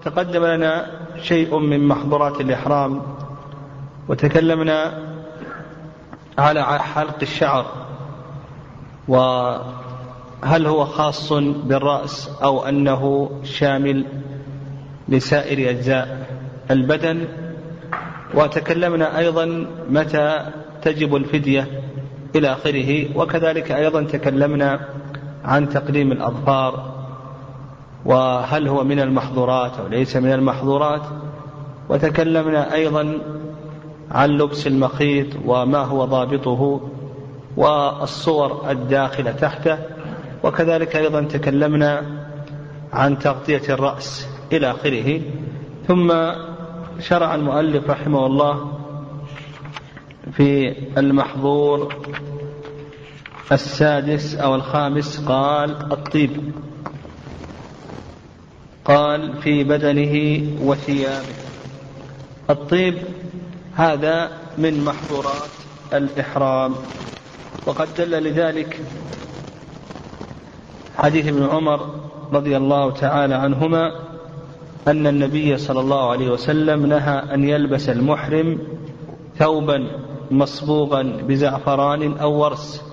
تقدم لنا شيء من محظورات الإحرام، وتكلمنا على حلق الشعر، وهل هو خاص بالرأس أو أنه شامل لسائر أجزاء البدن، وتكلمنا أيضا متى تجب الفدية إلى آخره، وكذلك أيضا تكلمنا عن تقليم الأظفار وهل هو من المحظورات أو ليس من المحظورات، وتكلمنا أيضا عن لبس المخيط وما هو ضابطه والصور الداخلة تحته، وكذلك أيضا تكلمنا عن تغطية الرأس إلى آخره. ثم شرع المؤلف رحمه الله في المحظور السادس أو الخامس، قال الطيب، قال في بدنه وثيابه. الطيب هذا من محظورات الإحرام، وقد دل لذلك حديث ابن عمر رضي الله تعالى عنهما أن النبي صلى الله عليه وسلم نهى أن يلبس المحرم ثوبا مصبوغا بزعفران أو ورس.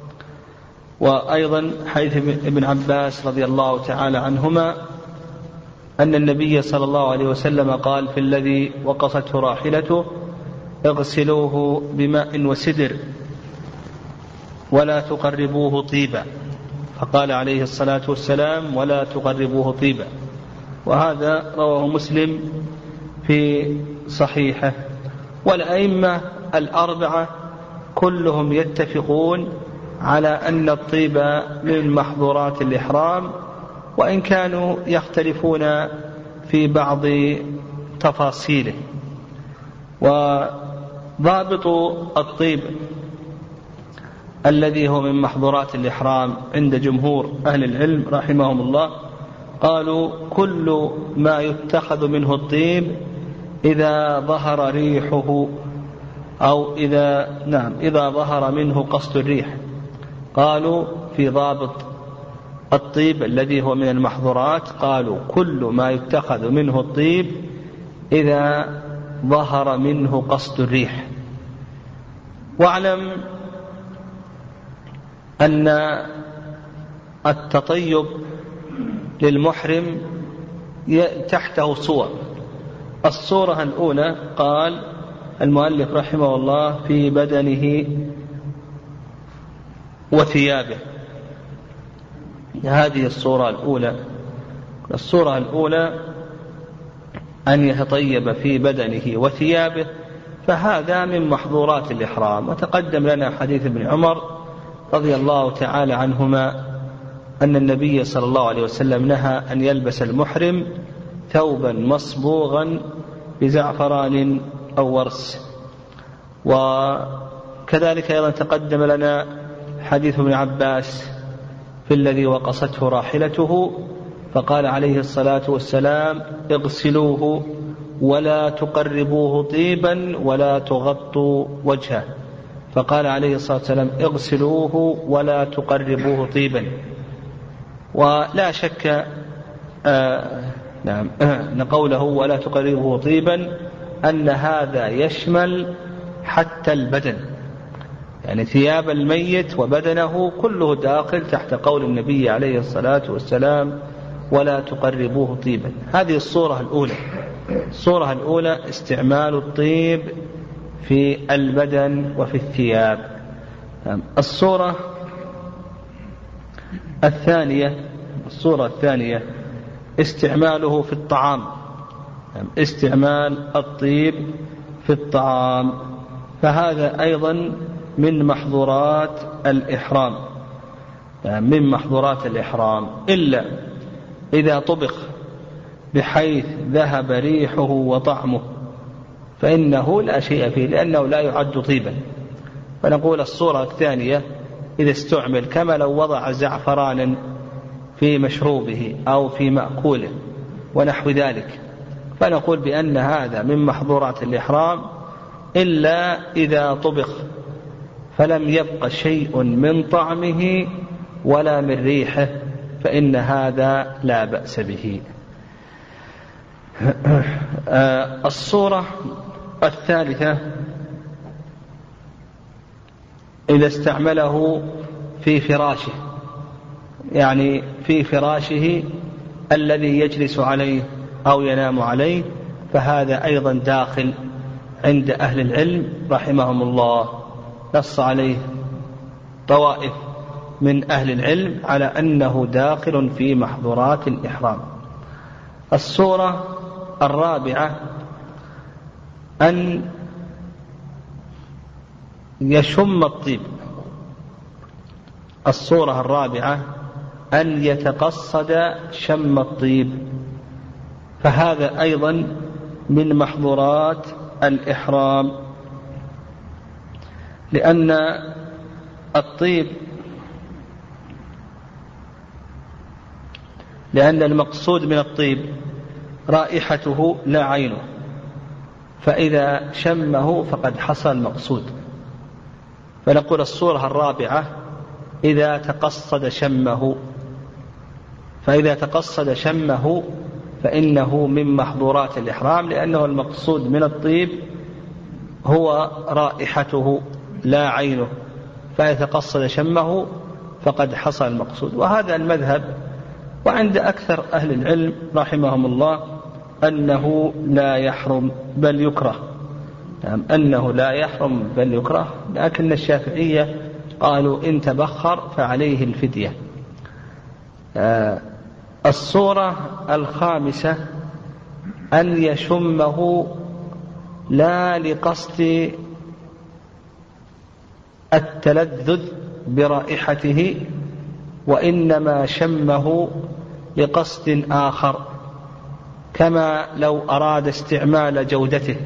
وأيضا حديث ابن عباس رضي الله تعالى عنهما أن النبي صلى الله عليه وسلم قال في الذي وقصته راحلته: اغسلوه بماء وسدر ولا تقربوه طيبا. فقال عليه الصلاة والسلام: ولا تقربوه طيبا. وهذا رواه مسلم في صحيحه. والأئمة الأربعة كلهم يتفقون على أن الطيب من محظورات الإحرام، وإن كانوا يختلفون في بعض تفاصيله. وضابط الطيب الذي هو من محظورات الإحرام عند جمهور أهل العلم رحمهم الله قالوا: كل ما يتخذ منه الطيب إذا ظهر ريحه أو إذا ظهر منه قصد الريح. قالوا في ضابط الطيب الذي هو من المحظورات، قالوا: كل ما يتخذ منه الطيب إذا ظهر منه قصد الريح. واعلم أن التطيب للمحرم تحته صور. الصورة الأولى قال المؤلف رحمه الله: في بدنه وثيابه. هذه الصورة الأولى. الصورة الأولى أن يتطيب في بدنه وثيابه، فهذا من محظورات الإحرام. وتقدم لنا حديث ابن عمر رضي الله تعالى عنهما أن النبي صلى الله عليه وسلم نهى أن يلبس المحرم ثوبا مصبوغا بزعفران أو ورس. وكذلك أيضا تقدم لنا حديث ابن عباس في الذي وقصته راحلته، فقال عليه الصلاة والسلام: اغسلوه ولا تقربوه طيبا ولا تغطوا وجهه. فقال عليه الصلاة والسلام: اغسلوه ولا تقربوه طيبا. ولا شك أن قوله ولا تقربوه طيبا أن هذا يشمل حتى البدن، يعني ثياب الميت وبدنه كله داخل تحت قول النبي عليه الصلاة والسلام: ولا تقربوه طيبا. هذه الصورة الأولى. الصورة الأولى استعمال الطيب في البدن وفي الثياب. الصورة الثانية استعماله في الطعام، استعمال الطيب في الطعام، فهذا أيضا من محظورات الإحرام، من محظورات الإحرام، إلا إذا طبخ بحيث ذهب ريحه وطعمه فإنه لا شيء فيه، لأنه لا يعد طيبا. فنقول الصورة الثانية إذا استعمل كما لو وضع زعفرانا في مشروبه أو في مأكوله ونحو ذلك، فنقول بأن هذا من محظورات الإحرام، إلا إذا طبخ فلم يبق شيء من طعمه ولا من ريحه، فإن هذا لا بأس به. الصورة الثالثة إذا استعمله في فراشه، يعني في فراشه الذي يجلس عليه أو ينام عليه، فهذا أيضا داخل عند أهل العلم رحمهم الله. نص عليه طوائف من أهل العلم على أنه داخل في محظورات الإحرام. الصورة الرابعة أن يشم الطيب. الصورة الرابعة أن يتقصد شم الطيب، فهذا أيضا من محظورات الإحرام، لأن الطيب لأن المقصود من الطيب رائحته لا عينه، فإذا شمه فقد حصل المقصود. فنقول الصورة الرابعة إذا تقصد شمه، فإذا تقصد شمه فإنه من محظورات الإحرام، لأنه المقصود من الطيب هو رائحته لا عينه، فإذا تقصد شمه فقد حصل المقصود. وهذا المذهب، وعند أكثر أهل العلم رحمهم الله أنه لا يحرم بل يكره، أنه لا يحرم بل يكره، لكن الشافعية قالوا إن تبخر فعليه الفدية. الصورة الخامسة أن يشمه لا لقصد التلذذ برائحته، وإنما شمه لقصد آخر، كما لو أراد استعمال جودته،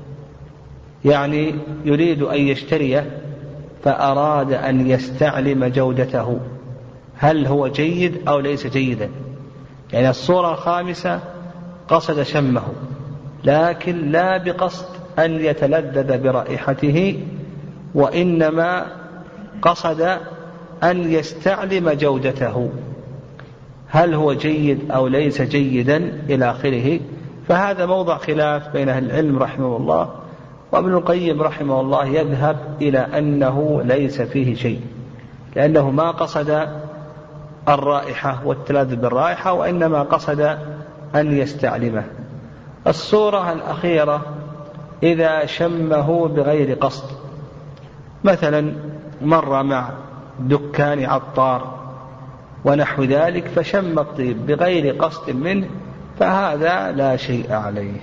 يعني يريد أن يشتريه فأراد أن يستعلم جودته، هل هو جيد أو ليس جيدا. يعني الصورة الخامسة قصد شمه لكن لا بقصد أن يتلذذ برائحته، وإنما قصد أن يستعلم جودته، هل هو جيد أو ليس جيدا إلى آخره. فهذا موضع خلاف بين أهل العلم رحمه الله، وابن القيم رحمه الله يذهب إلى أنه ليس فيه شيء، لأنه ما قصد الرائحة والتلذذ بالرائحة، وإنما قصد أن يستعلمه. الصورة الأخيرة إذا شمه بغير قصد، مثلا مر مع دكان عطار ونحو ذلك فشم الطيب بغير قصد منه، فهذا لا شيء عليه.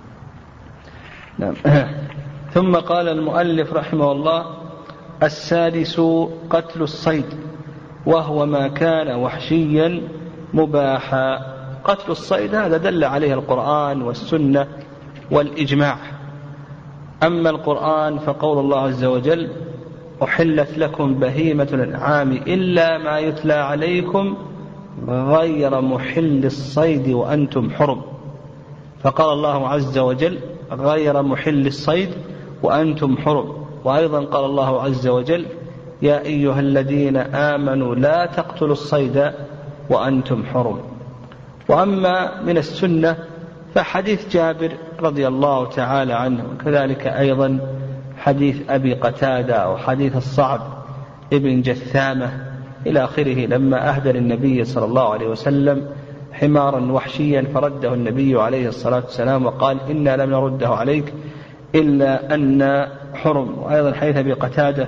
نعم. ثم قال المؤلف رحمه الله: السادس قتل الصيد، وهو ما كان وحشيا مباحا. قتل الصيد هذا دل عليه القرآن والسنة والإجماع. أما القرآن فقول الله عز وجل: أحلت لكم بهيمة الأنعام إلا ما يتلى عليكم غير محل الصيد وأنتم حرم. فقال الله عز وجل: غير محل الصيد وأنتم حرم. وأيضا قال الله عز وجل: يا أيها الذين آمنوا لا تقتلوا الصيد وأنتم حرم. وأما من السنة فحديث جابر رضي الله تعالى عنه، وكذلك أيضا حديث أبي قتادة وحديث الصعب ابن جثامة إلى آخره، لما أهدى النبي صلى الله عليه وسلم حمارا وحشيا فرده النبي عليه الصلاة والسلام وقال: إنا لم نرده عليك إلا أن حرم. وأيضا حديث أبي قتادة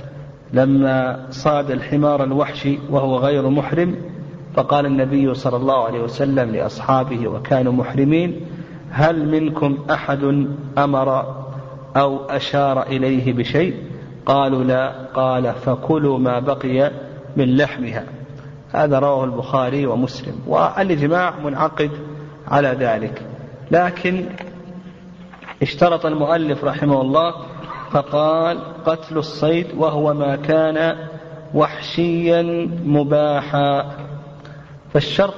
لما صاد الحمار الوحشي وهو غير محرم، فقال النبي صلى الله عليه وسلم لأصحابه وكانوا محرمين: هل منكم أحد أمر أو أشار إليه بشيء؟ قالوا لا. قال: فكلوا ما بقي من لحمها. هذا رواه البخاري ومسلم، والإجماع منعقد على ذلك. لكن اشترط المؤلف رحمه الله فقال: قتل الصيد وهو ما كان وحشيا مباحا. فالشرط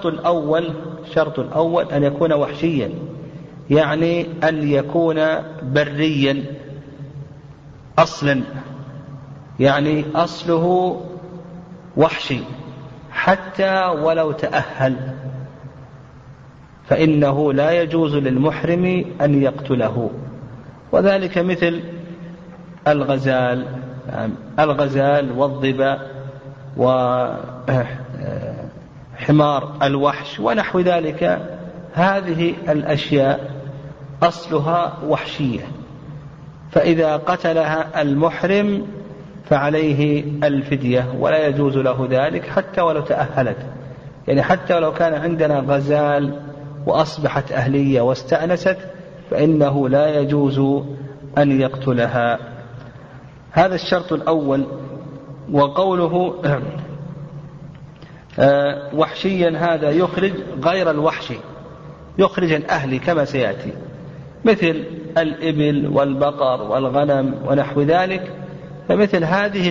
الأول أن يكون وحشيا، يعني أن يكون بريا أصلا، يعني أصله وحشي حتى ولو تأهل، فإنه لا يجوز للمحرم أن يقتله. وذلك مثل الغزال والظبا وحمار الوحش ونحو ذلك. هذه الأشياء أصلها وحشية، فإذا قتلها المحرم فعليه الفدية، ولا يجوز له ذلك حتى ولو تأهلت. يعني حتى ولو كان عندنا غزال وأصبحت أهلية واستأنست فإنه لا يجوز أن يقتلها. هذا الشرط الأول. وقوله وحشيا هذا يخرج غير الوحشي، يخرج الأهلي كما سيأتي، مثل الإبل والبقر والغنم ونحو ذلك. فمثل هذه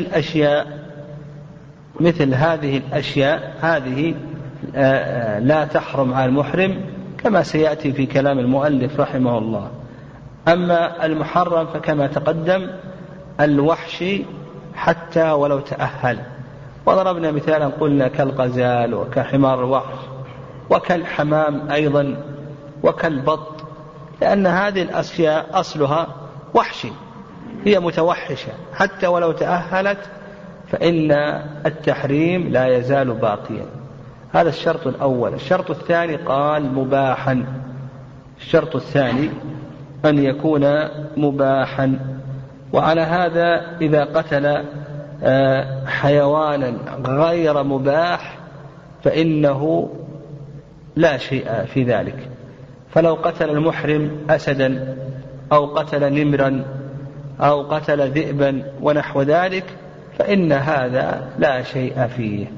الأشياء هذه لا تحرم على المحرم كما سيأتي في كلام المؤلف رحمه الله. أما المحرم فكما تقدم الوحشي حتى ولو تأهل. وضربنا مثالا قلنا كالغزال وكحمار الوحش وكالحمام أيضا وكالبط، لأن هذه الأشياء أصلها وحشي، هي متوحشة، حتى ولو تأهلت فإن التحريم لا يزال باقيا. هذا الشرط الأول. الشرط الثاني قال مباحا. الشرط الثاني أن يكون مباحا. وعلى هذا إذا قتل حيوانا غير مباح فإنه لا شيء في ذلك. فلو قتل المحرم أسدا أو قتل نمرا أو قتل ذئبا ونحو ذلك فإن هذا لا شيء فيه.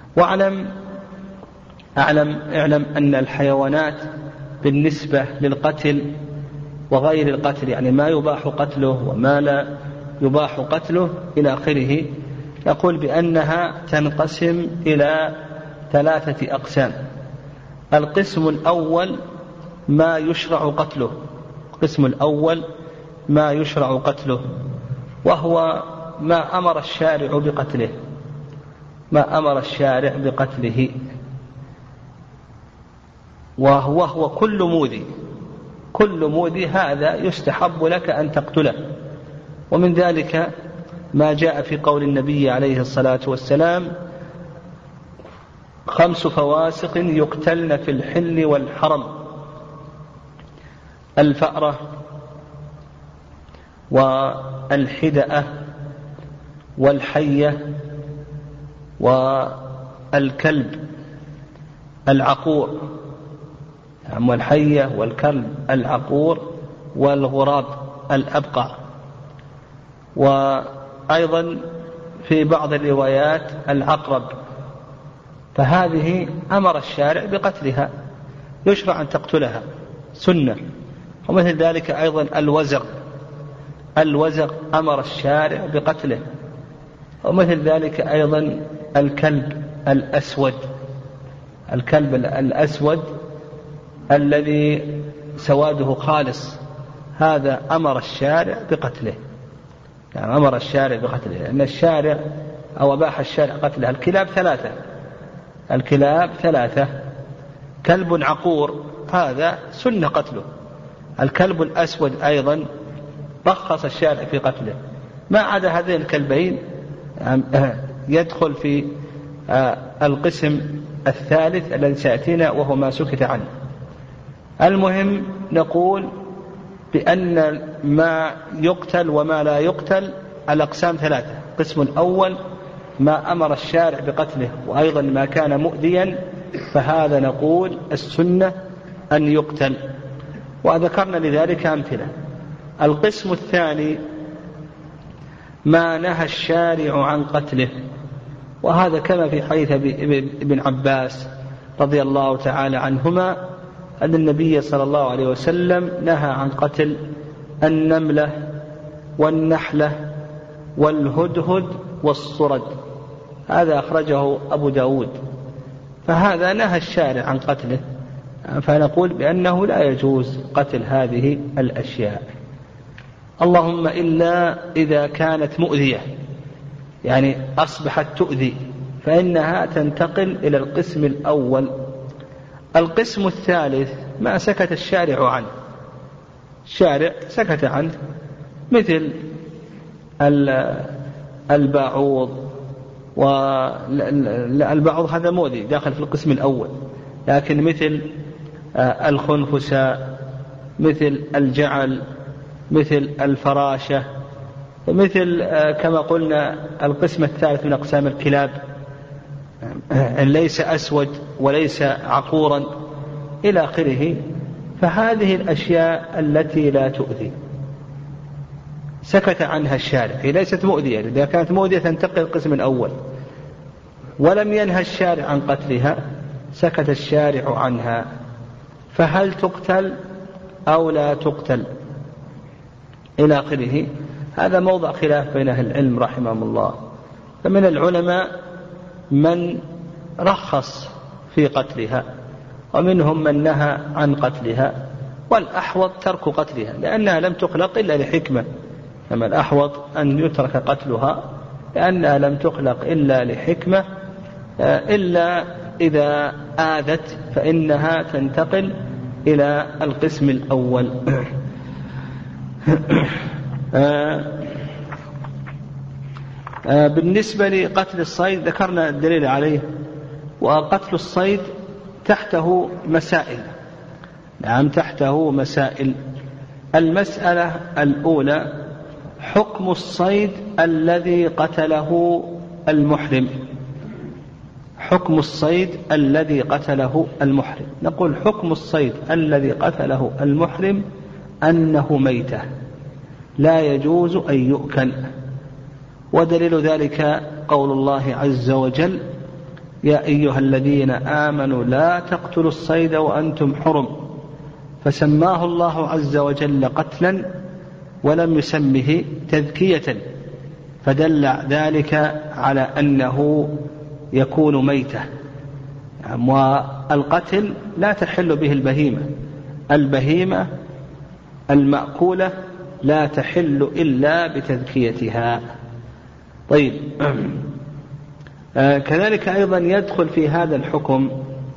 اعلم أن الحيوانات بالنسبة للقتل وغير القتل، يعني ما يباح قتله وما لا يباح قتله إلى آخره، يقول بأنها تنقسم إلى 3 أقسام. القسم الأول ما يشرع قتله، القسم الأول ما يشرع قتله، وهو ما أمر الشارع بقتله، ما أمر الشارع بقتله، وهو كل مؤذي هذا يستحب لك أن تقتله. ومن ذلك ما جاء في قول النبي عليه الصلاة والسلام 5 فواسق يقتلن في الحل والحرم: الفأرة والحدأة والحية والكلب العقور، والحية والكلب العقور والغراب الأبقع. وأيضا في بعض الروايات العقرب. فهذه أمر الشارع بقتلها، يشرع أن تقتلها سنة. ومثل ذلك أيضا الوزغ أمر الشارع بقتله. ومثل ذلك أيضا الكلب الأسود الذي سواده خالص، هذا أمر الشارع بقتله، يعني أمر الشارع بقتله، لأن الشارع أو أباح الشارع قتله. الكلاب 3. كلب عقور هذا سنة قتله. الكلب الأسود أيضا رخص الشارع في قتله. ما عدا هذين الكلبين يدخل في القسم الثالث الذي سيأتينا وهو ما سكت عنه. المهم نقول بأن ما يقتل وما لا يقتل الأقسام 3. القسم الأول ما أمر الشارع بقتله وأيضا ما كان مؤذيا، فهذا نقول السنة أن يقتل، وذكرنا لذلك أمثلة. القسم الثاني ما نهى الشارع عن قتله، وهذا كما في حديث ابن عباس رضي الله تعالى عنهما أن النبي صلى الله عليه وسلم نهى عن قتل النملة والنحلة والهدهد والصرد. هذا أخرجه أبو داود. فهذا نهى الشارع عن قتله، فنقول بأنه لا يجوز قتل هذه الأشياء، اللهم إلا إذا كانت مؤذية، يعني أصبحت تؤذي، فإنها تنتقل إلى القسم الأول. القسم الثالث ما سكت الشارع عنه، الشارع سكت عنه، مثل الباعوض، والباعوض هذا مؤذي داخل في القسم الأول، لكن مثل الخنفساء، مثل الجعل، مثل الفراشة، مثل كما قلنا القسم الثالث من أقسام الكلاب إن ليس أسود وليس عقورا إلى آخره. فهذه الأشياء التي لا تؤذي سكت عنها الشارع، هي ليست مؤذية، إذا كانت مؤذية تنتقل القسم الأول، ولم ينهى الشارع عن قتلها سكت الشارع عنها، فهل تقتل أو لا تقتل إلى آخره. هذا موضع خلاف بين أهل العلم رحمهم الله. فمن العلماء من رخص في قتلها، ومنهم من نهى عن قتلها، والأحوط ترك قتلها لأنها لم تخلق إلا لحكمة. أما الأحوط أن يترك قتلها لأنها لم تخلق إلا لحكمة، إلا إذا آذت فإنها تنتقل إلى القسم الأول. بالنسبة لقتل الصيد ذكرنا الدليل عليه، وقتل الصيد تحته مسائل. نعم تحته مسائل. المسألة الأولى حكم الصيد الذي قتله المحرم. حكم الصيد الذي قتله المحرم، نقول حكم الصيد الذي قتله المحرم أنه ميتة لا يجوز أن يؤكل. ودليل ذلك قول الله عز وجل: يا أيها الذين آمنوا لا تقتلوا الصيد وأنتم حرم، فسماه الله عز وجل قتلا ولم يسمه تذكية، فدل ذلك على أنه يكون ميتة. والقتل لا تحل به البهيمة، البهيمة المأكولة لا تحل إلا بتذكيتها. طيب، كذلك أيضا يدخل في هذا الحكم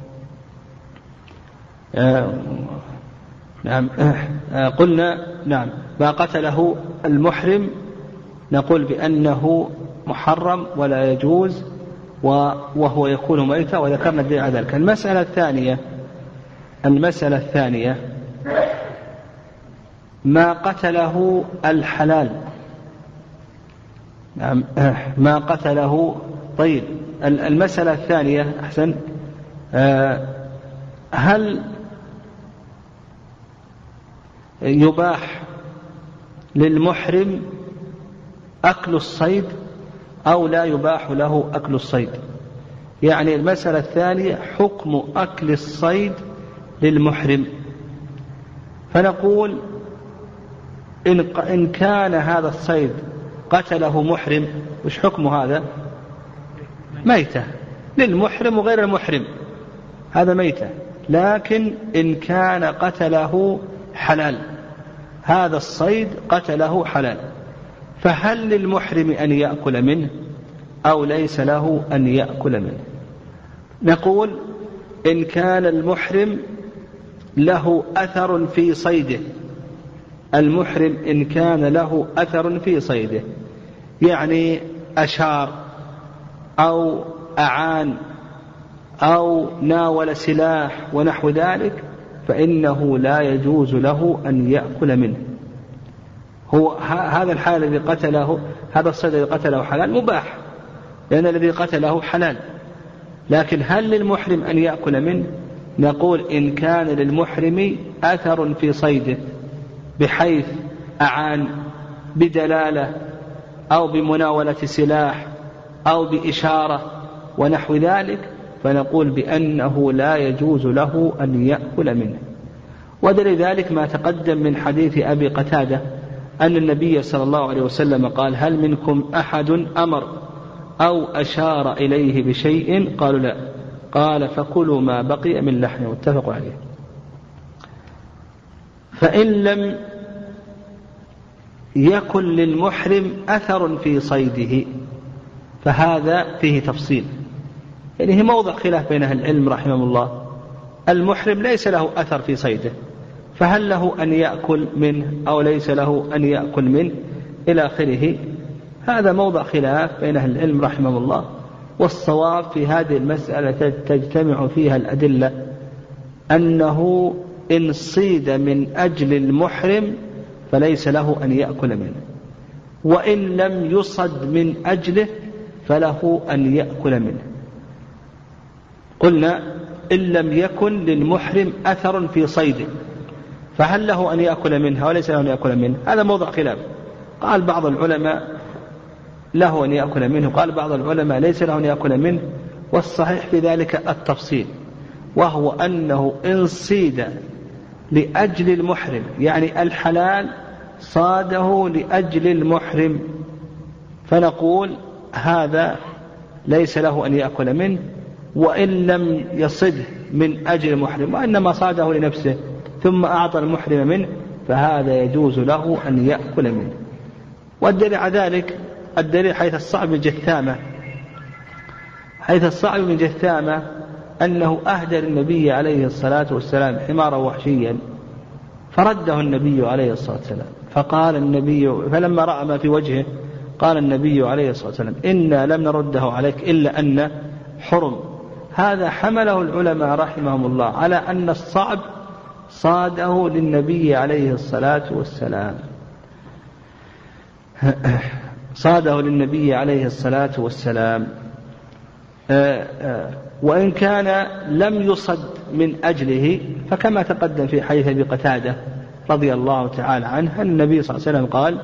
نعم قلنا نعم ما قتله المحرم نقول بأنه محرم ولا يجوز وهو يكون ميتا، وذكرنا الدليل على ذلك. المسألة الثانية ما قتله الحلال. نعم ما قتله. طيب، المسألة الثانية أحسن، هل يباح للمحرم أكل الصيد أو لا يباح له أكل الصيد؟ يعني المسألة الثانية حكم أكل الصيد للمحرم. فنقول إن كان هذا الصيد قتله محرم، وش حكم هذا؟ ميتة للمحرم وغير المحرم، هذا ميتة. لكن إن كان قتله حلال، هذا الصيد قتله حلال، فهل للمحرم أن يأكل منه أو ليس له أن يأكل منه؟ نقول إن كان المحرم له أثر في صيده، المحرم إن كان له أثر في صيده، يعني أشار أو أعان أو ناول سلاح ونحو ذلك، فإنه لا يجوز له أن يأكل منه. هو هذا الحال الذي قتله، هذا الصيد الذي قتله حلال مباح، لأن الذي قتله حلال. لكن هل للمحرم أن يأكل منه؟ نقول إن كان للمحرم أثر في صيده بحيث أعان بدلالة أو بمناولة سلاح أو بإشارة ونحو ذلك، فنقول بأنه لا يجوز له أن يأكل منه. ودليل ذلك ما تقدم من حديث أبي قتادة أن النبي صلى الله عليه وسلم قال: هل منكم أحد أمر أو أشار إليه بشيء؟ قالوا لا. قال: فكلوا ما بقي من لحمه. متفق عليه. فإن لم يكن للمحرم أثر في صيده فهذا فيه تفصيل، يعني هي موضع خلاف بين أهل العلم رحمهم الله. المحرم ليس له أثر في صيده، فهل له أن يأكل منه أو ليس له أن يأكل منه إلى آخره؟ هذا موضع خلاف بين أهل العلم رحمه الله، والصواب في هذه المسألة تجتمع فيها الأدلة أنه إن صيد من أجل المحرم فليس له أن يأكل منه، وإن لم يصد من أجله فله أن يأكل منه. قلنا إن لم يكن للمحرم أثر في صيده فهل له أن يأكل منها وليس له أن يأكل منه؟ هذا موضع خلاف. قال بعض العلماء له أن يأكل منه، قال بعض العلماء ليس له أن يأكل منه، والصحيح في ذلك التفصيل، وهو أنه إن صيد لأجل المحرم، يعني الحلال صاده لأجل المحرم، فنقول هذا ليس له أن يأكل منه، وإن لم يصده من أجل المحرم وإنما صاده لنفسه ثم أعطى المحرم منه فهذا يجوز له أن يأكل منه. والدليل على ذلك الدليل حيث الصعب بن جثامة أنه أهدى للنبي عليه الصلاة والسلام حمارا وحشيا فرده النبي عليه الصلاة والسلام، فقال النبي فلما رأى ما في وجهه قال النبي عليه الصلاة والسلام إنا لم نرده عليك إلا أن حرم. هذا حمله العلماء رحمهم الله على أن الصعب صاده للنبي عليه الصلاة والسلام، صاده للنبي عليه الصلاة والسلام، وإن كان لم يصد من أجله فكما تقدم في حديث أبي قتادة رضي الله تعالى عنه أن النبي صلى الله عليه وسلم قال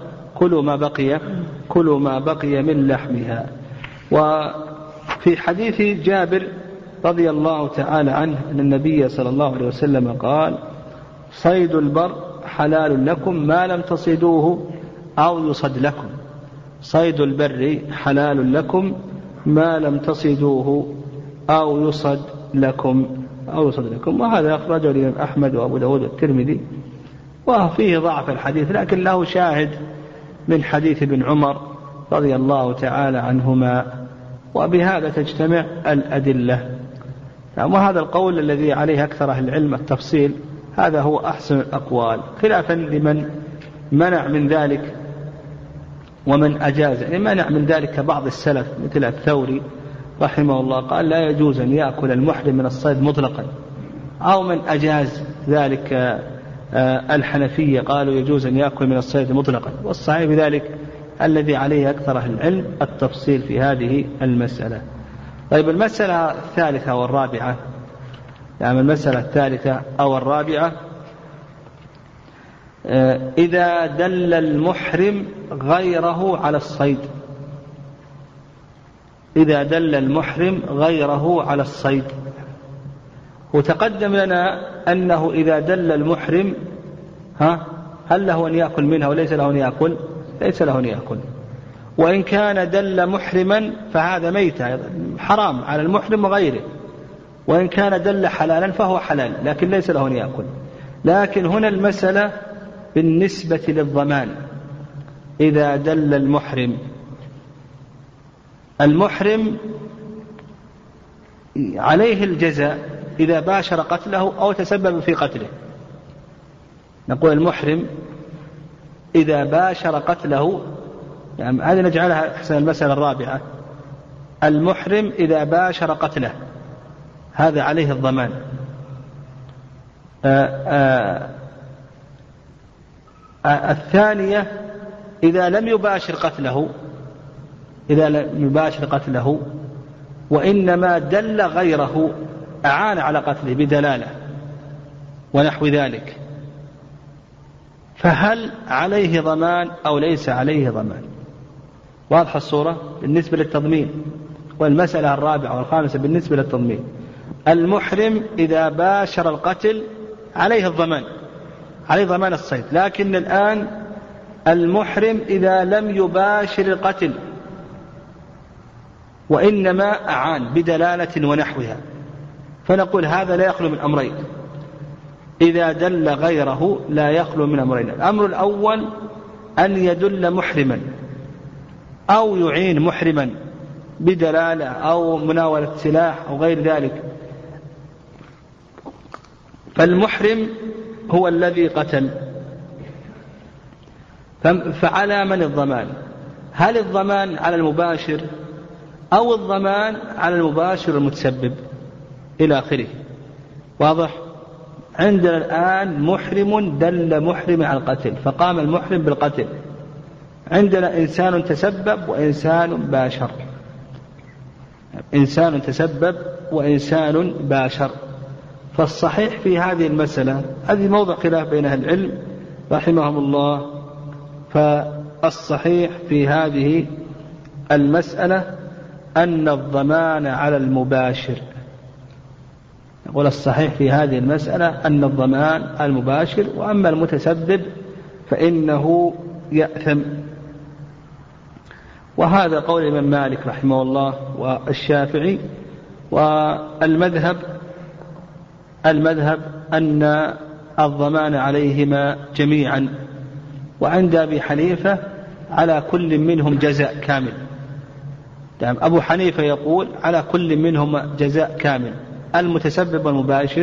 كلوا ما بقي من لحمها. وفي حديث جابر رضي الله تعالى عنه أن النبي صلى الله عليه وسلم قال صيد البر حلال لكم ما لم تصيدوه أو يصد لكم، صيد البر حلال لكم ما لم تصيدوه أو يصد لكم. وهذا أخرجه الإمام أحمد وأبو داود والترمذي، وفيه ضعف الحديث لكن له شاهد من حديث ابن عمر رضي الله تعالى عنهما، وبهذا تجتمع الأدلة. وهذا القول الذي عليه أكثر أهل العلم التفصيل، هذا هو أحسن الأقوال، خلافا لمن منع من ذلك ومن أجاز. يعني منع من ذلك بعض السلف مثل الثوري رحمه الله قال لا يجوز أن يأكل المحرم من الصيد مطلقا، أو من أجاز ذلك الحنفية قالوا يجوز أن يأكل من الصيد مطلقا. والصحيح بذلك الذي عليه أكثر أهل العلم التفصيل في هذه المسألة. طيب المسألة الثالثة والرابعة، يعني المسألة الثالثة أو الرابعة إذا دل المحرم غيره على الصيد، إذا دل المحرم غيره على الصيد. وتقدم لنا أنه إذا دل المحرم هل له أن يأكل منها وليس له أن يأكل؟ ليس له أن يأكل. وإن كان دل محرما فهذا ميتة حرام على المحرم وغيره، وإن كان دل حلالا فهو حلال لكن ليس له أن يأكل. لكن هنا المسألة بالنسبة للضمان، إذا دل المحرم عليه الجزاء إذا باشر قتله أو تسبب في قتله. نقول المحرم إذا باشر قتله، يعني هذه نجعلها أحسن المسألة الرابعة، المحرم إذا باشر قتله هذا عليه الضمان. الثانية إذا لم يباشر قتله وإنما دل غيره أعان على قتله بدلالة ونحو ذلك، فهل عليه ضمان أو ليس عليه ضمان؟ واضح الصورة بالنسبة للتضمين. والمسألة الرابعة والخامسة بالنسبة للتضمين، المحرم إذا باشر القتل عليه الضمان، عليه ضمان الصيد. لكن الآن المحرم إذا لم يباشر القتل وإنما أعان بدلالة ونحوها، فنقول هذا لا يخلو من أمرين، إذا دل غيره لا يخلو من أمرين. الأمر الأول أن يدل محرما أو يعين محرما بدلالة أو مناولة سلاح أو غير ذلك، فالمحرم هو الذي قتل، فعلى من الضمان؟ هل الضمان على المباشر أو الضمان على المباشر المتسبب إلى آخره؟ واضح؟ عندنا الآن محرم دل محرم على القتل فقام المحرم بالقتل، عندنا إنسان تسبب وإنسان باشر، إنسان تسبب وإنسان باشر. فالصحيح في هذه المسألة، هذه موضع خلاف بين أهل العلم رحمهم الله، فالصحيح في هذه المسألة أن الضمان على المباشر. يقول الصحيح في هذه المسألة أن الضمان على المباشر، وأما المتسبب فإنه يأثم. وهذا قول الإمام مالك رحمه الله والشافعي. والمذهب أن الضمان عليهما جميعا، وعند أبي حنيفة على كل منهم جزاء كامل. أبو حنيفة يقول على كل منهم جزاء كامل، المتسبب والمباشر.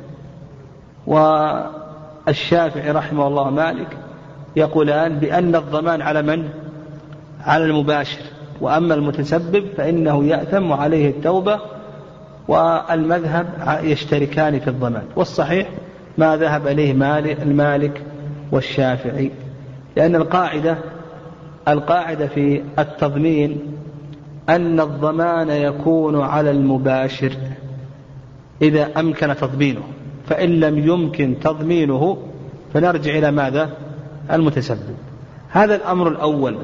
والشافعي رحمه الله مالك يقولان بأن الضمان على من؟ على المباشر، وأما المتسبب فإنه يأثم وعليه التوبة. والمذهب يشتركان في الضمان، والصحيح ما ذهب إليه المالك والشافعي، لأن القاعدة في التضمين أن الضمان يكون على المباشر إذا أمكن تضمينه، فإن لم يمكن تضمينه فنرجع إلى ماذا؟ المتسبب. هذا الأمر الأول.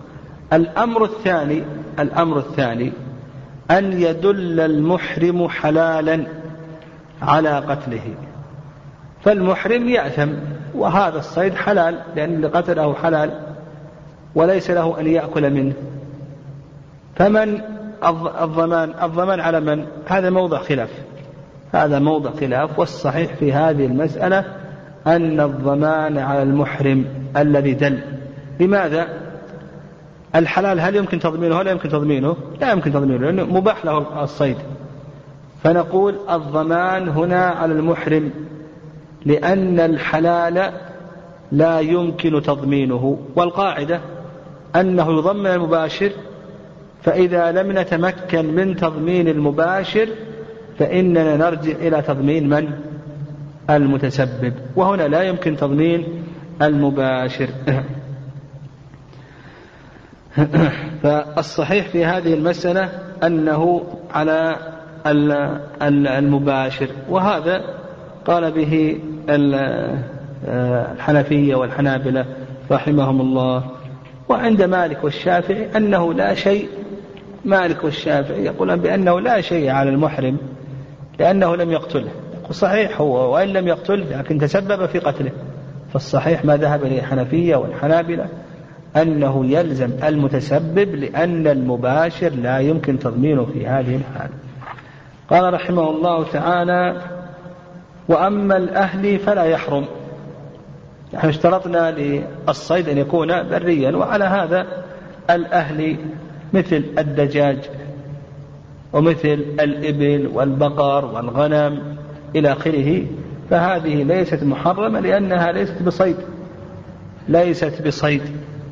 الأمر الثاني أن يدل المحرم حلالا على قتله، فالمحرم يأثم، وهذا الصيد حلال لأن اللي قتله حلال وليس له أن يأكل منه. فمن الضمان على من؟ هذا موضع خلاف. والصحيح في هذه المسألة أن الضمان على المحرم الذي دل. لماذا؟ الحلال هل يمكن تضمينه ولا يمكن تضمينه؟ لا يمكن تضمينه لأنه مباح له الصيد، فنقول الضمان هنا على المحرم لأن الحلال لا يمكن تضمينه. والقاعدة أنه يضمن المباشر، فإذا لم نتمكن من تضمين المباشر فإننا نرجع إلى تضمين من؟ المتسبب، وهنا لا يمكن تضمين المباشر. فالصحيح في هذه المسألة أنه على المباشر، وهذا قال به الحنفية والحنابلة رحمهم الله. وعند مالك والشافعي أنه لا شيء، مالك والشافعي يقولون بأنه لا شيء على المحرم لأنه لم يقتله. صحيح هو وإن لم يقتله لكن تسبب في قتله، فالصحيح ما ذهب إليه الحنفية والحنابلة أنه يلزم المتسبب لأن المباشر لا يمكن تضمينه في هذه الحال. قال رحمه الله تعالى: وأما الأهل فلا يحرم. نحن اشترطنا للصيد أن يكون بريا، وعلى هذا الأهل مثل الدجاج ومثل الإبل والبقر والغنم إلى آخره، فهذه ليست محرمة لأنها ليست بصيد.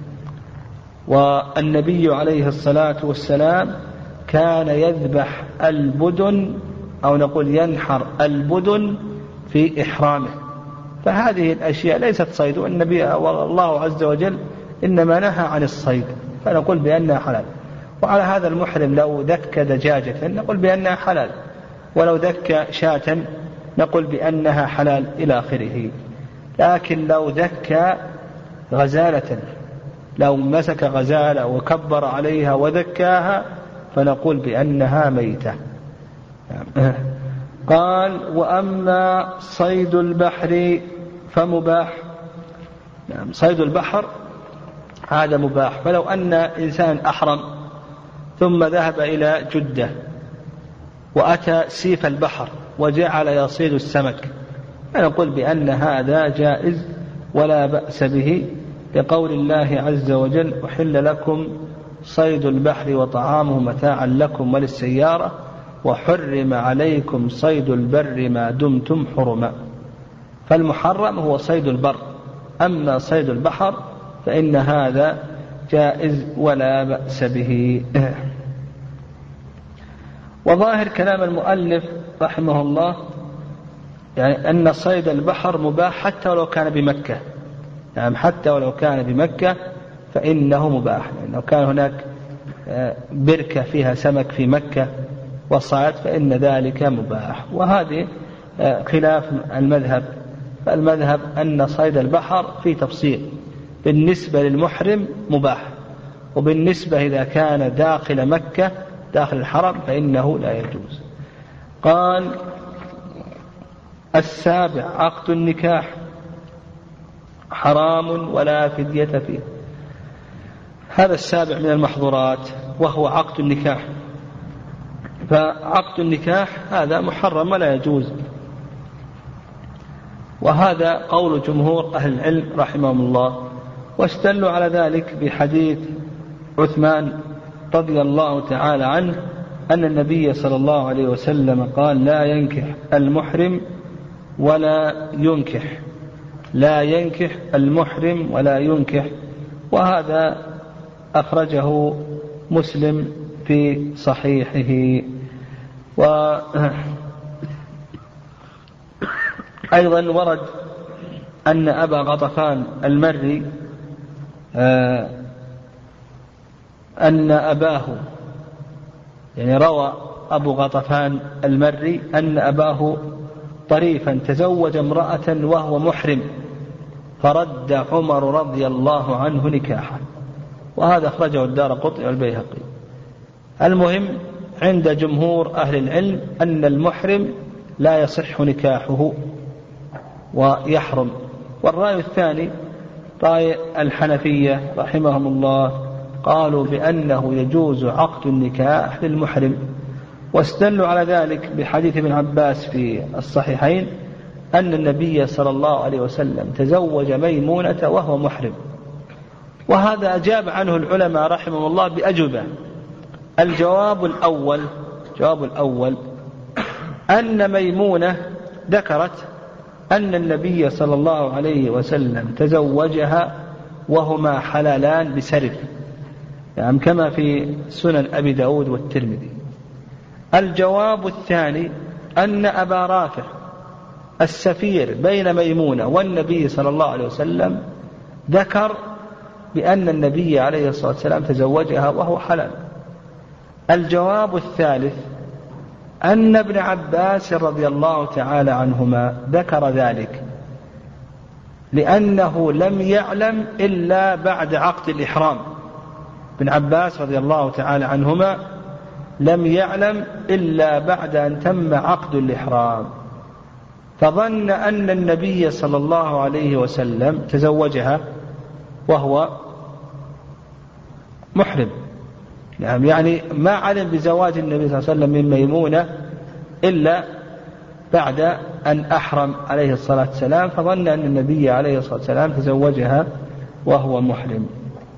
والنبي عليه الصلاة والسلام كان يذبح البدن أو نقول ينحر البدن في إحرامه، فهذه الأشياء ليست صيد، والنبي والله عز وجل إنما نهى عن الصيد، فنقول بأنها حلال. وعلى هذا المحرم لو ذك دجاجة نقول بأنها حلال، ولو ذك شاة نقول بأنها حلال إلى آخره. لكن لو ذك غزالة، لو مسك غزالة وكبر عليها وذكاها فنقول بأنها ميتة. قال: وأما صيد البحر فمباح. صيد البحر هذا مباح، فلو أن إنسان أحرم ثم ذهب إلى جدة وأتى سيف البحر وجعل يصيد السمك فنقول بأن هذا جائز ولا بأس به، لقول الله عز وجل: أحل لكم صيد البحر وطعامه متاعا لكم وللسيارة وحرم عليكم صيد البر ما دمتم حرما. فالمحرم هو صيد البر، أما صيد البحر فإن هذا جائز ولا بأس به. وظاهر كلام المؤلف رحمه الله يعني أن صيد البحر مباح حتى ولو كان بمكة، يعني حتى ولو كان بمكة فإنه مباح، لأنه كان هناك بركة فيها سمك في مكة وصعد فإن ذلك مباح. وهذه خلاف المذهب، فالمذهب أن صيد البحر في تفصيل، بالنسبة للمحرم مباح، وبالنسبة إذا كان داخل مكة داخل الحرم فإنه لا يجوز. قال: السابع عقد النكاح حرام ولا فدية فيه. هذا السابع من المحظورات وهو عقد النكاح، فعقد النكاح هذا محرم ولا يجوز، وهذا قول جمهور أهل العلم رحمهم الله. واستدلوا على ذلك بحديث عثمان رضي الله تعالى عنه أن النبي صلى الله عليه وسلم قال: لا ينكح المحرم ولا ينكح، لا ينكح المحرم ولا ينكح. وهذا أخرجه مسلم في صحيحه. وأيضا ورد أن أبا غطفان المري أن أباه، يعني روى أبو غطفان المري أن أباه طريفا تزوج امرأة وهو محرم فرد عمر رضي الله عنه نكاحه، وهذا أخرجه الدارقطني والبيهقي. المهم عند جمهور أهل العلم أن المحرم لا يصح نكاحه ويحرم. والرأي الثاني رأي الحنفية رحمهم الله، قالوا بأنه يجوز عقد النكاح للمحرم، واستدلوا على ذلك بحديث ابن عباس في الصحيحين أن النبي صلى الله عليه وسلم تزوج ميمونة وهو محرم. وهذا أجاب عنه العلماء رحمهم الله بأجوبة. الجواب الأول أن ميمونة ذكرت أن النبي صلى الله عليه وسلم تزوجها وهما حلالان بسرب، يعني كما في سنن أبي داود والترمذي. الجواب الثاني أن أبا رافع السفير بين ميمونة والنبي صلى الله عليه وسلم ذكر بأن النبي عليه الصلاة والسلام تزوجها وهو حلال. الجواب الثالث أن ابن عباس رضي الله تعالى عنهما ذكر ذلك لأنه لم يعلم إلا بعد عقد الإحرام. ابن عباس رضي الله تعالى عنهما لم يعلم إلا بعد أن تم عقد الإحرام، فظن أن النبي صلى الله عليه وسلم تزوجها وهو محرم. نعم، يعني ما علم بزواج النبي صلى الله عليه وسلم من ميمونة إلا بعد أن أحرم عليه الصلاة والسلام، فظن أن النبي عليه الصلاة والسلام تزوجها وهو محرم.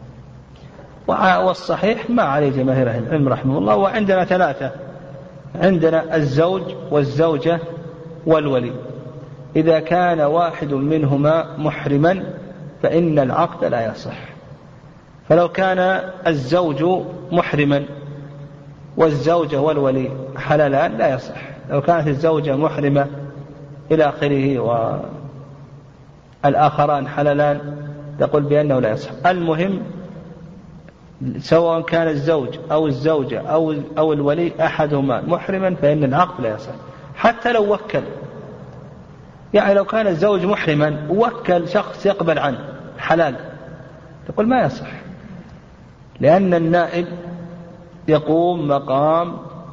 والصحيح ما عليه جماهير أهل العلم رحمه الله. وعندنا ثلاثة: عندنا الزوج والزوجة والولي. إذا كان واحد منهما محرما فإن العقد لا يصح. فلو كان الزوج محرما والزوجة والولي حلالان لا يصح. لو كانت الزوجة محرمة إلى آخره والآخران حلالان تقول بأنه لا يصح. المهم سواء كان الزوج أو الزوجة أو الولي أحدهما محرما فإن العقد لا يصح. حتى لو وكل، يعني لو كان الزوج محرما ووكل شخص يقبل عنه حلال تقول ما يصح، لأن النائب يقوم مقام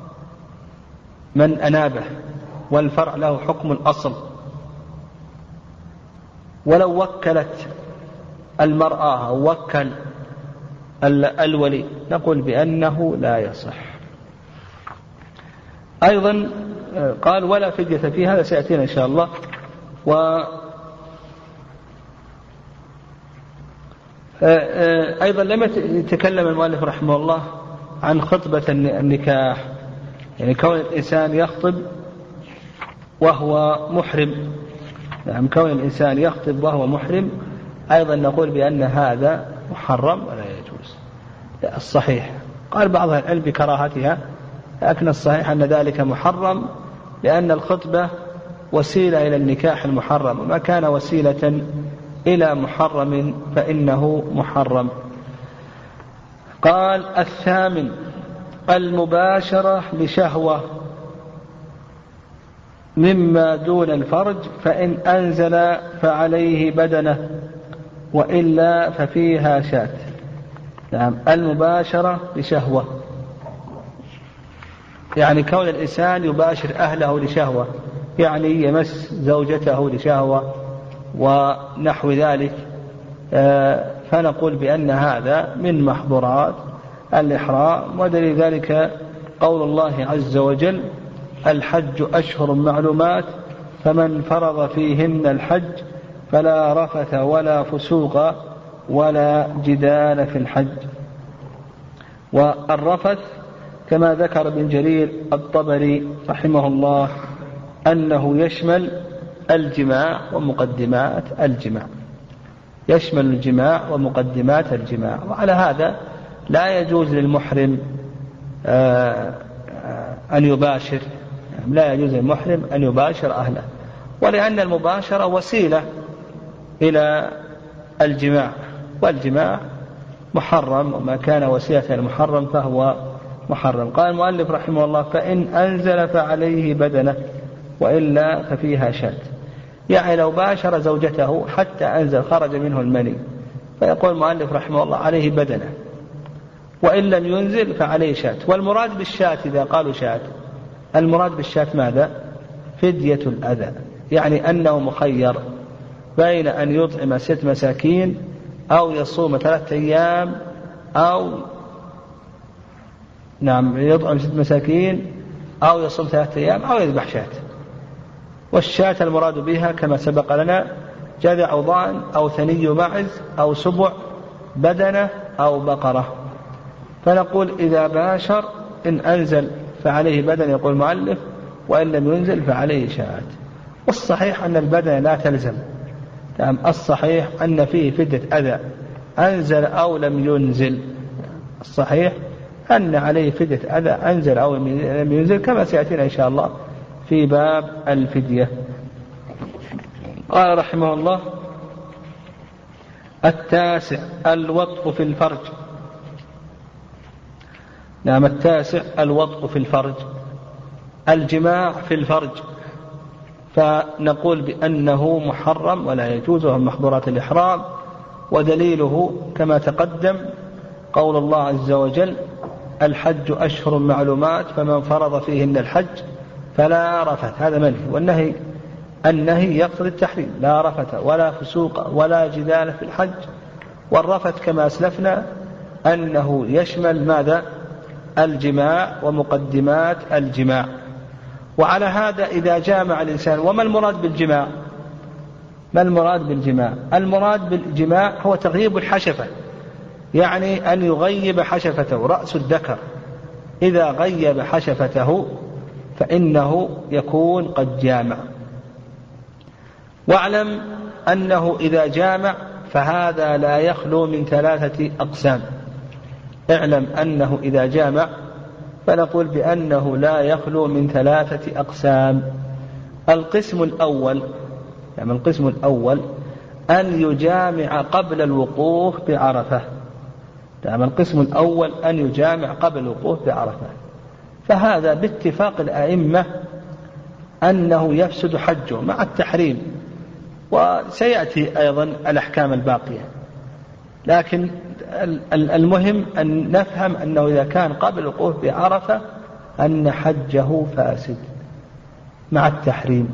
من أنابه، والفرع له حكم الأصل. ولو وكلت المرأة أو وكل الولي نقول بأنه لا يصح. أيضا قال: ولا فدية فيه. هذا سيأتينا إن شاء الله. أيضا لم يتكلم المؤلف رحمه الله عن خطبة النكاح، يعني كون الإنسان يخطب وهو محرم يعني كون الإنسان يخطب وهو محرم أيضا نقول بأن هذا محرم ولا يجوز. الصحيح قال بعض العلم بكراهتها، لكن الصحيح أن ذلك محرم، لأن الخطبة وسيلة إلى النكاح المحرم، وما كان وسيلة إلى محرم فإنه محرم. قال: الثامن المباشرة لشهوة مما دون الفرج، فإن أنزل فعليه بدنه وإلا ففيها شاة. نعم، المباشرة لشهوة يعني كون الإنسان يباشر أهله لشهوة، يعني يمس زوجته لشهوة ونحو ذلك، فنقول بأن هذا من محظورات الإحرام. ودليل ذلك قول الله عز وجل: الحج أشهر معلومات فمن فرض فيهن الحج فلا رفث ولا فسوق ولا جدال في الحج. والرفث كما ذكر ابن جرير الطبري رحمه الله أنه يشمل الجماع ومقدمات الجماع، يشمل الجماع ومقدمات الجماع. وعلى هذا لا يجوز للمحرم أن يباشر، لا يجوز للمحرم أن يباشر أهله، ولأن المباشرة وسيلة إلى الجماع، والجماع محرم، وما كان وسيلة المحرم فهو محرم. قال المؤلف رحمه الله: فإن أنزل فعليه بدنه وإلا ففيها شاة. يعني لو باشر زوجته حتى أنزل خرج منه المني، فيقول المؤلف رحمه الله: عليه بدنه، وإن لم ينزل فعليه شاة. والمراد بالشاة إذا قالوا شاة، المراد بالشاة ماذا؟ فدية الأذى، يعني أنه مخير بين أن يطعم 6 مساكين أو يصوم 3 أيام، أو يطعم 6 مساكين أو يصوم 3 أيام أو يذبح شاة. والشاة المراد بها كما سبق لنا جذع أو ضأن أو ثني معز أو سبع بدنة أو بقرة. فنقول إذا باشر إن أنزل فعليه بدن، يقول المؤلف، وإن لم ينزل فعليه شاة. والصحيح أن البدن لا تلزم، الصحيح أن فيه فدية أذى أنزل أو لم ينزل. الصحيح أن عليه فدية أذى أنزل أو لم ينزل، كما سيأتينا إن شاء الله في باب الفدية. قال رحمه الله: التاسع الوطء في الفرج. نعم، التاسع الوطء في الفرج، الجماع في الفرج، فنقول بأنه محرم ولا يجوز، من محظورات الإحرام. ودليله كما تقدم قول الله عز وجل: الحج أشهر معلومات فمن فرض فيهن الحج فلا رفث. هذا منهي، النهي يقتضي التحريم، لا رفث ولا فسوق ولا جدال في الحج. والرفث كما أسلفنا أنه يشمل ماذا؟ الجماع ومقدمات الجماع. وعلى هذا إذا جامع الإنسان، وما المراد بالجماع؟ ما المراد بالجماع؟ المراد بالجماع هو تغييب الحشفة، يعني أن يغيب حشفته، رأس الذكر إذا غيب حشفته فإنه يكون قد جامع. واعلم أنه إذا جامع فهذا لا يخلو من 3 أقسام. اعلم أنه إذا جامع فنقول بأنه لا يخلو من 3 أقسام. القسم الأول، يعني القسم الأول أن يجامع قبل الوقوف بعرفة. يعني القسم الأول أن يجامع قبل الوقوف بعرفة، فهذا باتفاق الأئمة أنه يفسد حجه مع التحريم، وسيأتي أيضا الأحكام الباقية. لكن المهم أن نفهم أنه إذا كان قبل الوقوف بعرفة أن حجه فاسد مع التحريم،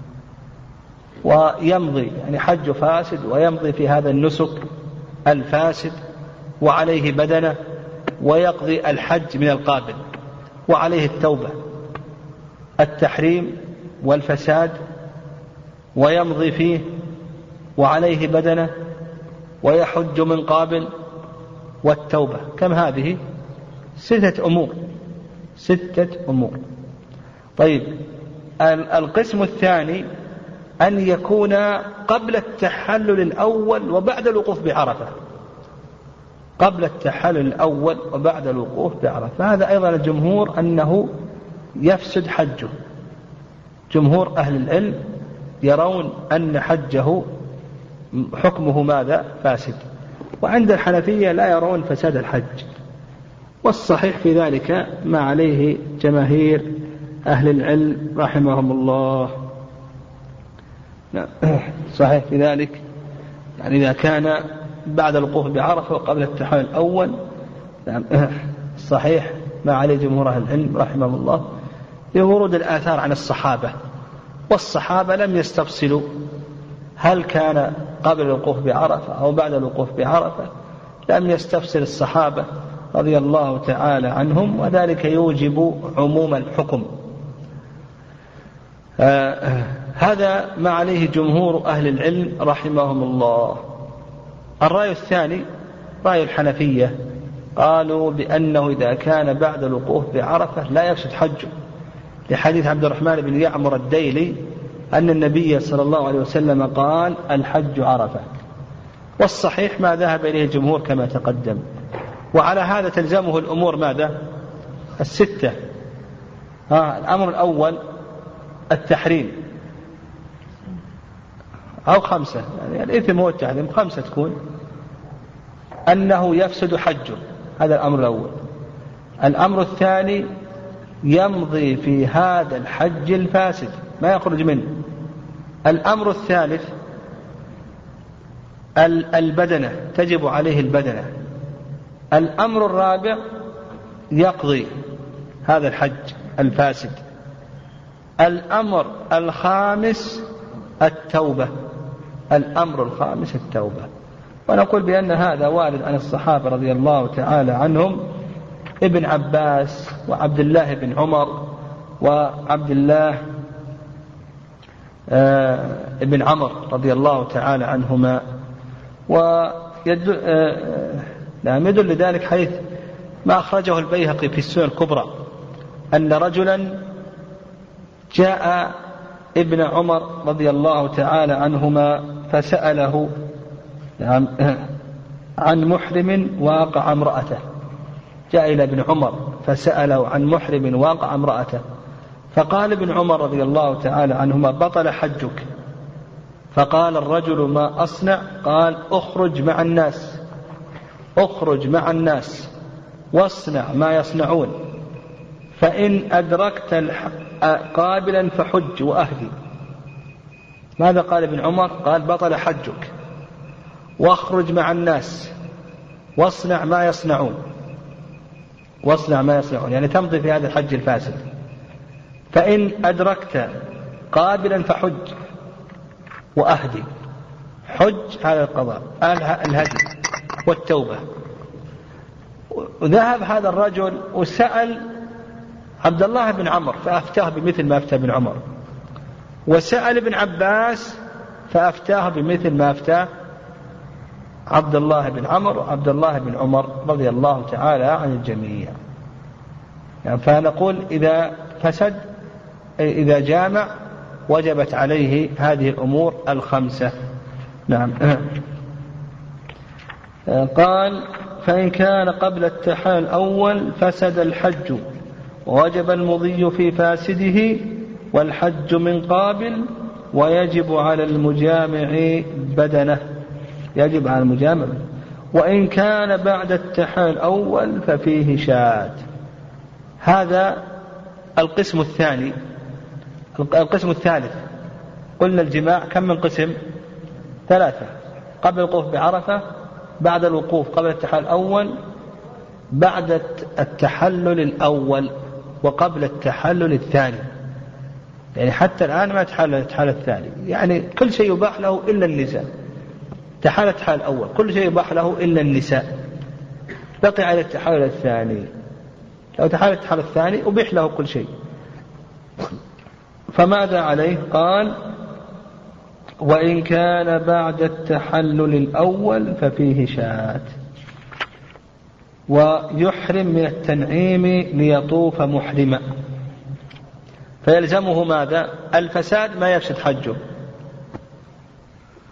ويمضي، يعني حجه فاسد ويمضي في هذا النسك الفاسد، وعليه بدنه، ويقضي الحج من القابل، وعليه التوبة، التحريم والفساد، ويمضي فيه، وعليه بدنه، ويحج من قابل، والتوبة. كم هذه؟ 6 أمور، 6 أمور. طيب، القسم الثاني أن يكون قبل التحلل الأول وبعد الوقوف بعرفة، قبل التحلل الأول وبعد الوقوف بعرفة. هذا أيضا الجمهور أنه يفسد حجه. جمهور أهل العلم يرون أن حجه حكمه ماذا؟ فاسد. وعند الحنفية لا يرون فساد الحج، والصحيح في ذلك ما عليه جماهير أهل العلم رحمهم الله. صحيح في ذلك، يعني إذا كان بعد الوقوف بعرفة وقبل التحلل الأول، صحيح ما عليه جمهور أهل العلم رحمهم الله لورود الآثار عن الصحابة، والصحابة لم يستفصلوا هل كان قبل الوقوف بعرفة أو بعد الوقوف بعرفة، لم يستفصل الصحابة رضي الله تعالى عنهم، وذلك يوجب عموم الحكم. هذا ما عليه جمهور أهل العلم رحمهم الله. الرأي الثاني رأي الحنفية، قالوا بأنه إذا كان بعد الوقوف بعرفة لا يفسد حجه، لحديث عبد الرحمن بن يعمر الديلي أن النبي صلى الله عليه وسلم قال الحج عرفة. والصحيح ما ذهب إليه الجمهور كما تقدم. وعلى هذا تلزمه الأمور ماذا؟ الستة. الأمر الأول التحريم، أو خمسة، يعني الإثم هو التحريم، خمسة تكون أنه يفسد حجه، هذا الأمر الأول. الأمر الثاني يمضي في هذا الحج الفاسد ما يخرج منه. الأمر الثالث البدنة، تجب عليه البدنة. الأمر الرابع يقضي هذا الحج الفاسد. الأمر الخامس التوبة، الأمر الخامس التوبة. ونقول بأن هذا وارد عن الصحابة رضي الله تعالى عنهم، ابن عباس وعبد الله بن عمر وعبد الله ابن عمر رضي الله تعالى عنهما. يدل لذلك حيث ما أخرجه البيهقي في السنن الكبرى أن رجلا جاء ابن عمر رضي الله تعالى عنهما فسأله عن محرم واقع امرأته. جاء إلى ابن عمر فسأله عن محرم واقع امرأته، فقال ابن عمر رضي الله تعالى عنهما بطل حجك. فقال الرجل ما أصنع؟ قال اخرج مع الناس، اخرج مع الناس واصنع ما يصنعون، فإن أدركت قابلا فحج وأهدي. ماذا قال ابن عمر؟ قال بطل حجك، واخرج مع الناس واصنع ما يصنعون، واصنع ما يصنعون يعني تمضي في هذا الحج الفاسد. فإن أدركت قابلا فحج وأهدي. حج هذا القضاء، الهدي والتوبة. وذهب هذا الرجل وسأل عبد الله بن عمر فأفتاه بمثل ما أفتى ابن عمر، وسأل ابن عباس فأفتاه بمثل ما أفتاه عبد الله بن عمر وعبد الله بن عمر رضي الله تعالى عن الجميع. يعني فنقول إذا فسد، إذا جامع وجبت عليه هذه الأمور الخمسة. نعم. قال فإن كان قبل التحلل الأول فسد الحج ووجب المضي في فاسده، والحج من قابل، ويجب على المجامع بدنه، يجب على المجامع. وإن كان بعد التحلل الأول ففيه شاة. هذا القسم الثاني. القسم الثالث قلنا الجماع كم من قسم؟ 3: قبل الوقوف بعرفة، بعد الوقوف قبل التحلل الأول، بعد التحلل الأول، وقبل التحلل الثاني. يعني حتى الآن ما تحلل التحلل الثاني، يعني كل شيء يباح له إلا النساء. تحلل التحلل الأول كل شيء يباح له إلا النساء، بقي على التحلل الثاني. لو تحلل التحلل الثاني أبيح له كل شيء. فماذا عليه؟ قال وإن كان بعد التحلل الأول ففيه شاة، ويحرم من التنعيم ليطوف محرما. فيلزمه ماذا؟ الفساد ما يفسد حجه،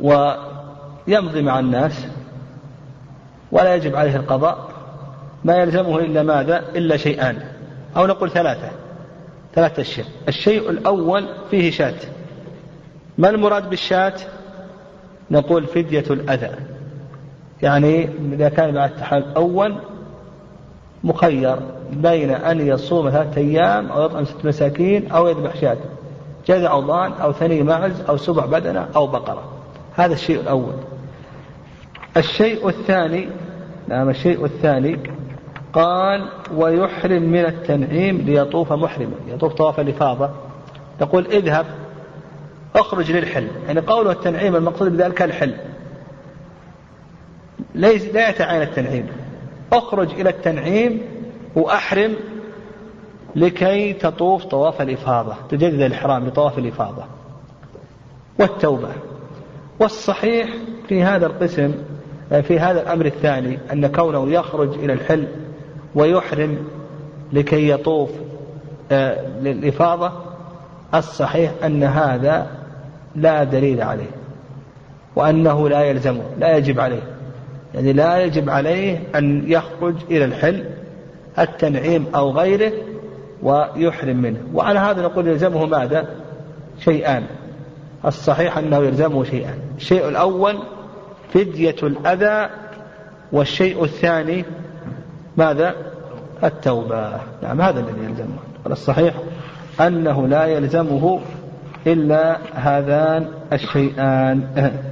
ويمضي مع الناس ولا يجب عليه القضاء، ما يلزمه إلا ماذا؟ إلا شيئان، أو نقول ثلاثة أشياء. الشيء الأول فيه شاة. ما المراد بالشاة؟ نقول فدية الأذى، يعني إذا كان بعد التحلل الأول مخير بين أن يصوم 3 أيام أو يطعم 6 مساكين أو يذبح شاة، جذع أو ضان أو ثني معز أو سبع بدنة أو بقرة. هذا الشيء الأول. الشيء الثاني قال ويحرم من التنعيم ليطوف محرما، يطوف طواف الإفاضة. تقول اذهب اخرج للحل، يعني قوله التنعيم المقصود بذلك الحل، لا يتعين التنعيم. اخرج إلى التنعيم وأحرم لكي تطوف طواف الإفاضة، تجدد الإحرام لطواف الإفاضة والتوبة. والصحيح في هذا القسم، في هذا الأمر الثاني، أن كونه يخرج إلى الحل ويحرم لكي يطوف للإفاضة، الصحيح أن هذا لا دليل عليه، وأنه لا يلزمه، لا يجب عليه، يعني لا يجب عليه أن يخرج إلى الحل التنعيم أو غيره ويحرم منه. وعلى هذا نقول يلزمه ماذا؟ شيئان. الصحيح أنه يلزمه شيئان. الشيء الأول فدية الأذى، والشيء الثاني ماذا؟ التوبة. نعم، هذا الذي يلزمه. الصحيح أنه لا يلزمه إلا هذان الشيئان.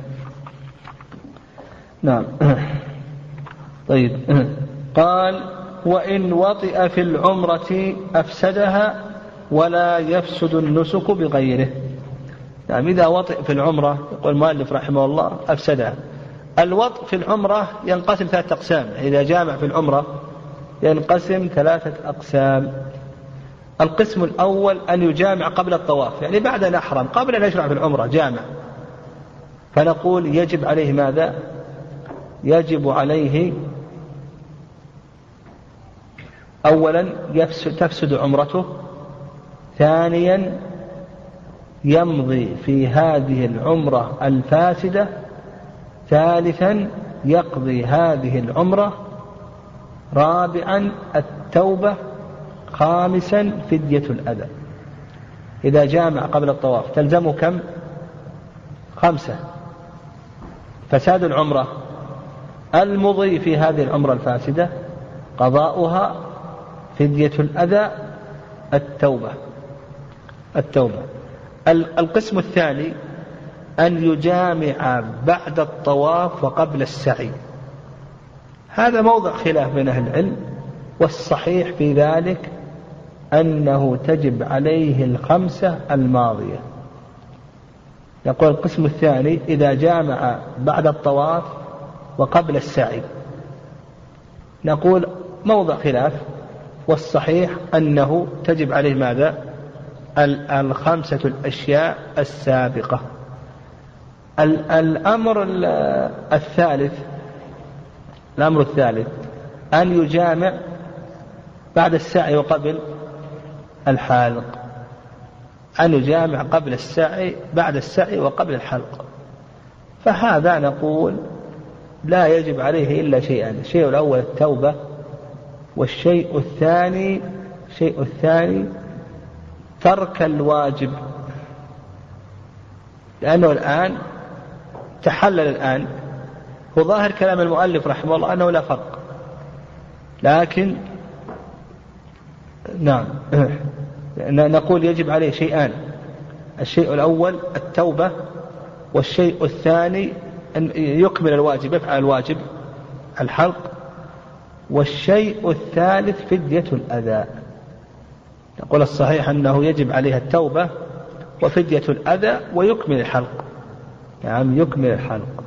نعم. طيب. قال وإن وطئ في العمرة أفسدها ولا يفسد النسك بغيره. نعم، إذا وطئ في العمرة، يقول المؤلف رحمه الله، أفسدها. الوطئ في العمرة ينقسم 3 أقسام. إذا جامع في العمرة ينقسم 3 أقسام. القسم الأول أن يجامع قبل الطواف، يعني بعد أن أحرم، قبل أن يشرع في العمرة جامع، فنقول يجب عليه ماذا؟ يجب عليه أولا تفسد عمرته، ثانيا يمضي في هذه العمرة الفاسدة، ثالثا يقضي هذه العمرة، رابعا التوبة، خامسا فدية الأذى. إذا جامع قبل الطواف تلزمه كم؟ 5. فساد العمرة، المضي في هذه العمرة الفاسدة، قضاؤها، فدية الأذى، التوبة. القسم الثاني أن يجامع بعد الطواف وقبل السعي. هذا موضع خلاف بين أهل العلم، والصحيح في ذلك أنه تجب عليه 5 الماضية. يقول القسم الثاني إذا جامع بعد الطواف وقبل السعي، نقول موضع خلاف، والصحيح أنه تجب عليه ماذا؟ 5 الأشياء السابقة. الأمر الثالث أن يجامع بعد السعي وقبل الحلق، أن يجامع قبل السعي، بعد السعي وقبل الحلق. فهذا نقول لا يجب عليه إلا شيئان. الشيء الأول التوبة، والشيء الثاني ترك الواجب، لأنه الآن تحلل الآن. وظاهر كلام المؤلف رحمه الله أنه لا فرق، لكن نعم نقول يجب عليه شيئان. الشيء الأول التوبة، والشيء الثاني أن يكمل الواجب، يفعل الواجب الحلق، والشيء الثالث فدية الأذى. نقول الصحيح أنه يجب عليها التوبة وفدية الأذى ويكمل الحلق. نعم، يكمل الحلق.